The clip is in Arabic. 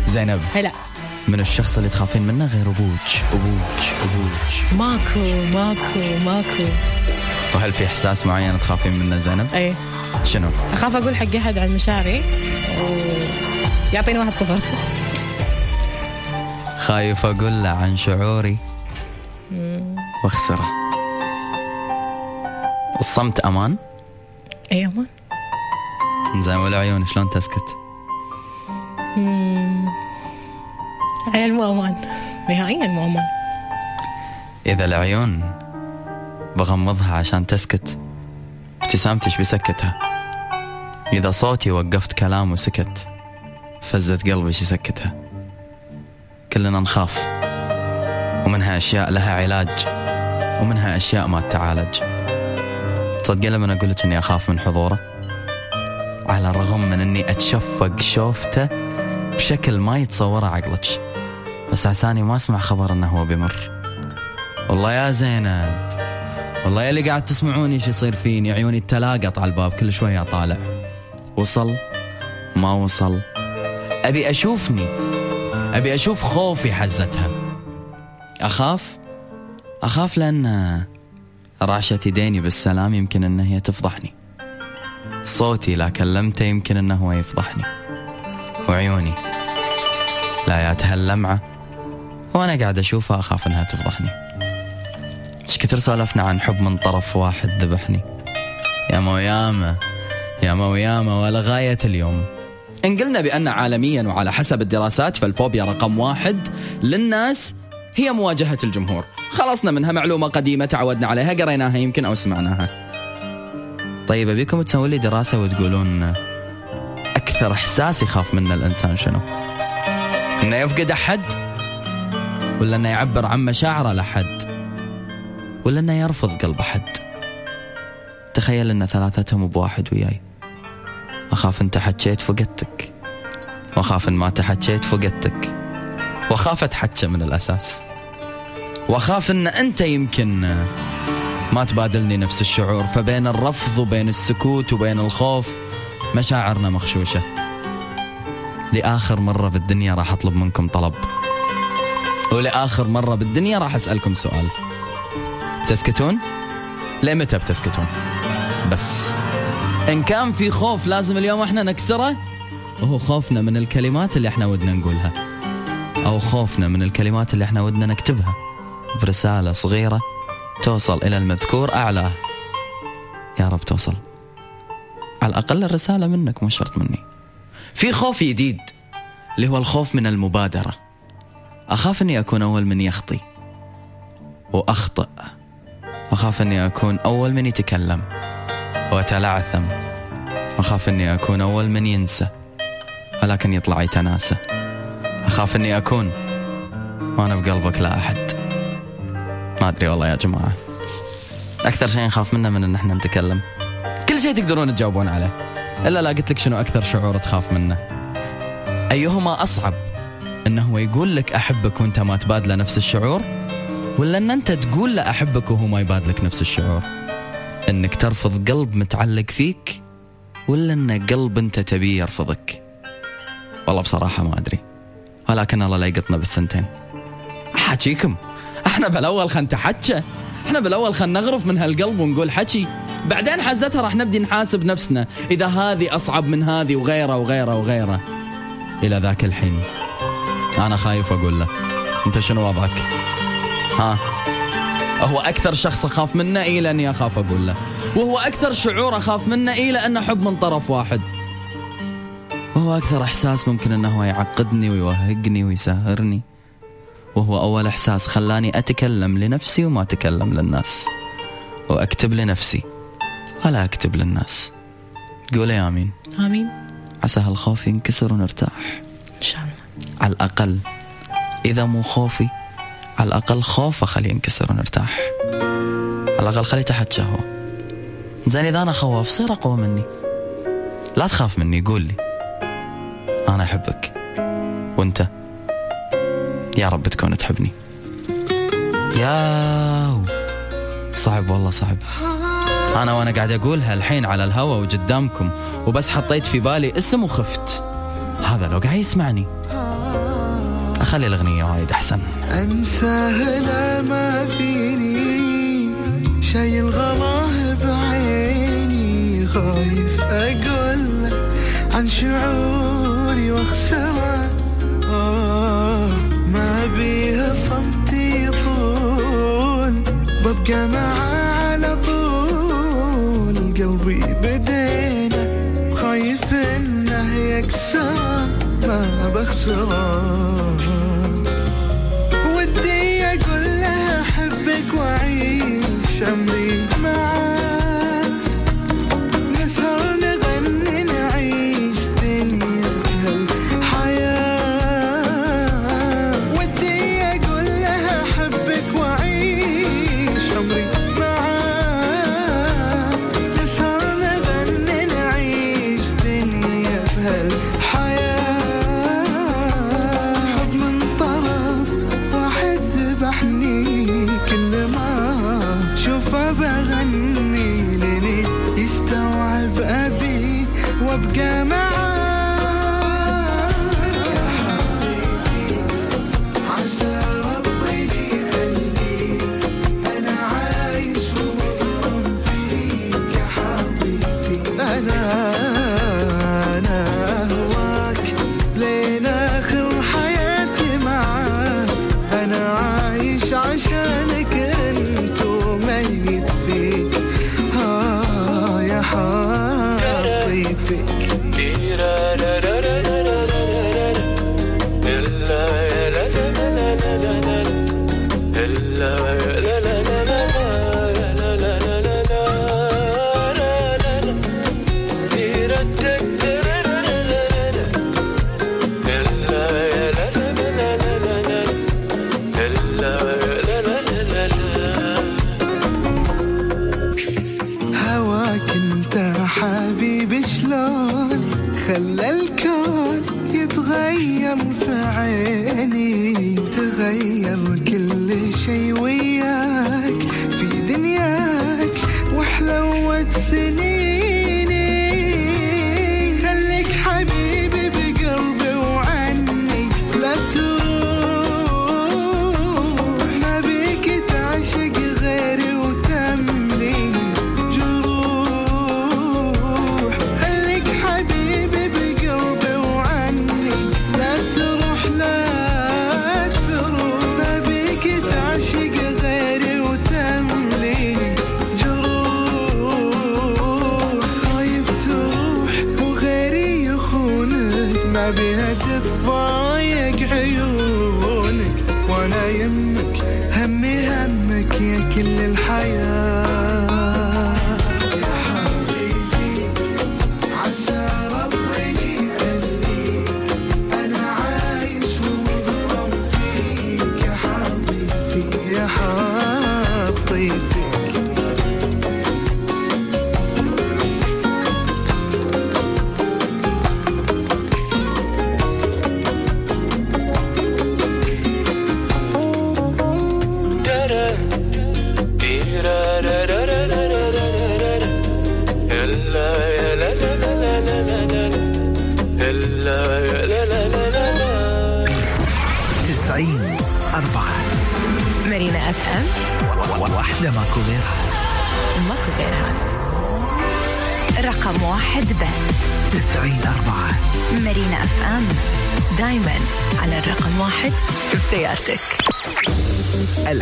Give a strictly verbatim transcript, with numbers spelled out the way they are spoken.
زينب هلا. من الشخص اللي تخافين منه غير أبوك أبوك أبوك؟ ماكو ماكو ماكو. وهل في إحساس معين تخافين منه زينب؟ ايه. شنو؟ أخاف أقول حق أحد عن مشاعري ويعطيني واحد صفر. خايف أقول له عن شعوري واخسره. الصمت أمان؟ ايه أمان. زين والعيون شلون تسكت؟ عيال مو أمان، نهائيا مو أمان. إذا العيون بغمضها عشان تسكت، ابتسامتش بسكتها. إذا صوتي وقفت كلام وسكت، فزت قلبي يسكتها. كلنا نخاف، ومنها أشياء لها علاج، ومنها أشياء ما تعالج. تصدقين لما أقول لك إني أخاف من حضوره، على الرغم من إني أتشفق شوفته بشكل ما يتصوره عقلك، بس عساني ما أسمع خبر إنه هو بيمر. والله يا زينب، والله يا اللي قاعد تسمعوني إيش يصير فيني، عيوني التلاقط على الباب كل شوية طالع. وصل ما وصل، أبي أشوفني، أبي أشوف خوفي حزتها. أخاف أخاف لأن رعشة يديني بالسلام يمكن أنها هي تفضحني، صوتي لا كلمته يمكن أنه هو يفضحني، وعيوني لا ياتها اللمعة وأنا قاعد أشوفها أخاف أنها تفضحني. إيش كثر سولفنا عن حب من طرف واحد ذبحني، يا موياما يا موياما ولا غاية اليوم. إن قلنا بأن عالميا وعلى حسب الدراسات فالفوبيا رقم واحد للناس هي مواجهة الجمهور. خلصنا منها، معلومة قديمة تعودنا عليها، قريناها يمكن أو سمعناها. طيب أبيكم تسوي لي دراسة وتقولون أكثر إحساس يخاف منه الإنسان شنو؟ إنه يفقد أحد، ولا إنه يعبر عن مشاعره لحد، ولا إنه يرفض قلب أحد؟ تخيل إن ثلاثتهم بواحد وياي. أخاف أنت حكيت فقدتك، وأخاف إن ما تحكيت فقدتك، وأخاف أتحكى من الأساس، وأخاف إن أنت يمكن ما تبادلني نفس الشعور. فبين الرفض وبين السكوت وبين الخوف مشاعرنا مخشوشة. لآخر مرة بالدنيا راح أطلب منكم طلب، ولآخر مرة بالدنيا راح أسألكم سؤال. تسكتون؟ لمتى بتسكتون؟ بس إن كان في خوف لازم اليوم إحنا نكسره، وهو خوفنا من الكلمات اللي إحنا ودنا نقولها، أو خوفنا من الكلمات اللي إحنا ودنا نكتبها برسالة صغيرة توصل إلى المذكور أعلاه. يا رب توصل، على الأقل الرسالة منك مو شرط مني. في خوف جديد اللي هو الخوف من المبادرة. أخاف أني أكون أول من يخطي وأخطئ، أخاف أني أكون أول من يتكلم وتلعثم، أخاف أني أكون أول من ينسى ولكن يطلع يتناسى، أخاف أني أكون وأنا بقلبك لا أحد. ما أدري والله يا جماعة، أكثر شيء نخاف منه من أن احنا نتكلم. كل شيء تقدرون تجاوبون عليه، إلا لا قلت لك شنو أكثر شعور تخاف منه. أيهما أصعب، أنه هو يقول لك أحبك وأنت ما تبادله نفس الشعور، ولا أن أنت تقول له أحبك وهو ما يبادلك نفس الشعور؟ أنك ترفض قلب متعلق فيك، ولا أن قلب أنت تبي يرفضك؟ والله بصراحة ما أدري، ولكن الله لا يقطنا بالثنتين. أحاكيكم، احنا بالأول خلنا نتحكى، احنا بالأول خلنا نغرف من هالقلب ونقول حكي، بعدين حزتها راح نبدي نحاسب نفسنا إذا هذه أصعب من هذه وغيره وغيره وغيره. إلى ذاك الحين أنا خايف أقول له أنت شنو وضعك؟ ها، هو أكثر شخص أخاف منه إيه لأني أخاف أقول له، وهو أكثر شعور أخاف منه إيه لأنه حب من طرف واحد، وهو أكثر إحساس ممكن أنه يعقدني ويوهقني ويسهرني، وهو أول إحساس خلاني أتكلم لنفسي وما أتكلم للناس، وأكتب لنفسي ولا أكتب للناس. قولي آمين. آمين. عسى هالخوف ينكسر ونرتاح إن شاء الله. على الأقل إذا مو خوفي، على الأقل خوفه خلي ينكسر ونرتاح، على الأقل خلي تحكي هو. زين إذا أنا خواف صير أقوى مني، لا تخاف مني، قول لي أنا أحبك، وأنت يا رب تكون تحبني. ياو صعب والله صعب. أنا وأنا قاعد أقولها الحين على الهوا وقدامكم، وبس حطيت في بالي اسم وخفت، هذا لو قاعد يسمعني خلي الأغنية وايد أحسن. أنساه لا ما فيني شايل غلاه بعيني خايف أقول عن شعوري واخسره آه ما بيها صمتي طول ببقى معاه على طول قلبي بدينا خايف إنه يكسر ما بخسره ودي أقول له أحبك وأعيش عمري معاه نسهر نغني نعيش دنيا هالحياة ودي أقول له أحبك وأعيش عمري معاه نسهر نغني نعيش دنيا بهالحياة حب من طرف واحد ذبحني كل ما شوفه بغني لني يستوعب أبي وابقى معاه يا حبيبي عسى ربي يخليك أنا عايش ومغرم فيك يا حبيبي أنا أنا هواك لين آخر حياتي معاك أنا عايش عشانك أنت وميت فيك ها يا حبيبك هواك انت حبيبي شلون خلى الكون يتغير في عيني تغير كل شي وياك في دنياك وحلوت سنيني خليك حبيبي بقلبي وعني لا تروح ما بيك تعشق غيري وتملي جروح خليك حبيبي بقلبي وعني لا تروح لا تروح ما بيك تعشق غيري وتملي جروح خايف تروح وغيري يخونك ما بيها تتضايق عيونك وانا يمك همي همك يا كل الحياة يا حبيبي عسى ربي يخليك أنا عايش ومغرم فيك يا حبيبي يا حبيبك تسعين أربعة مارينا اف ام واحدة ماكو غيرها ماكو غيرها. رقم واحد بس. تسعين أربعة مارينا اف ام دايما على الرقم واحد في سيارتك.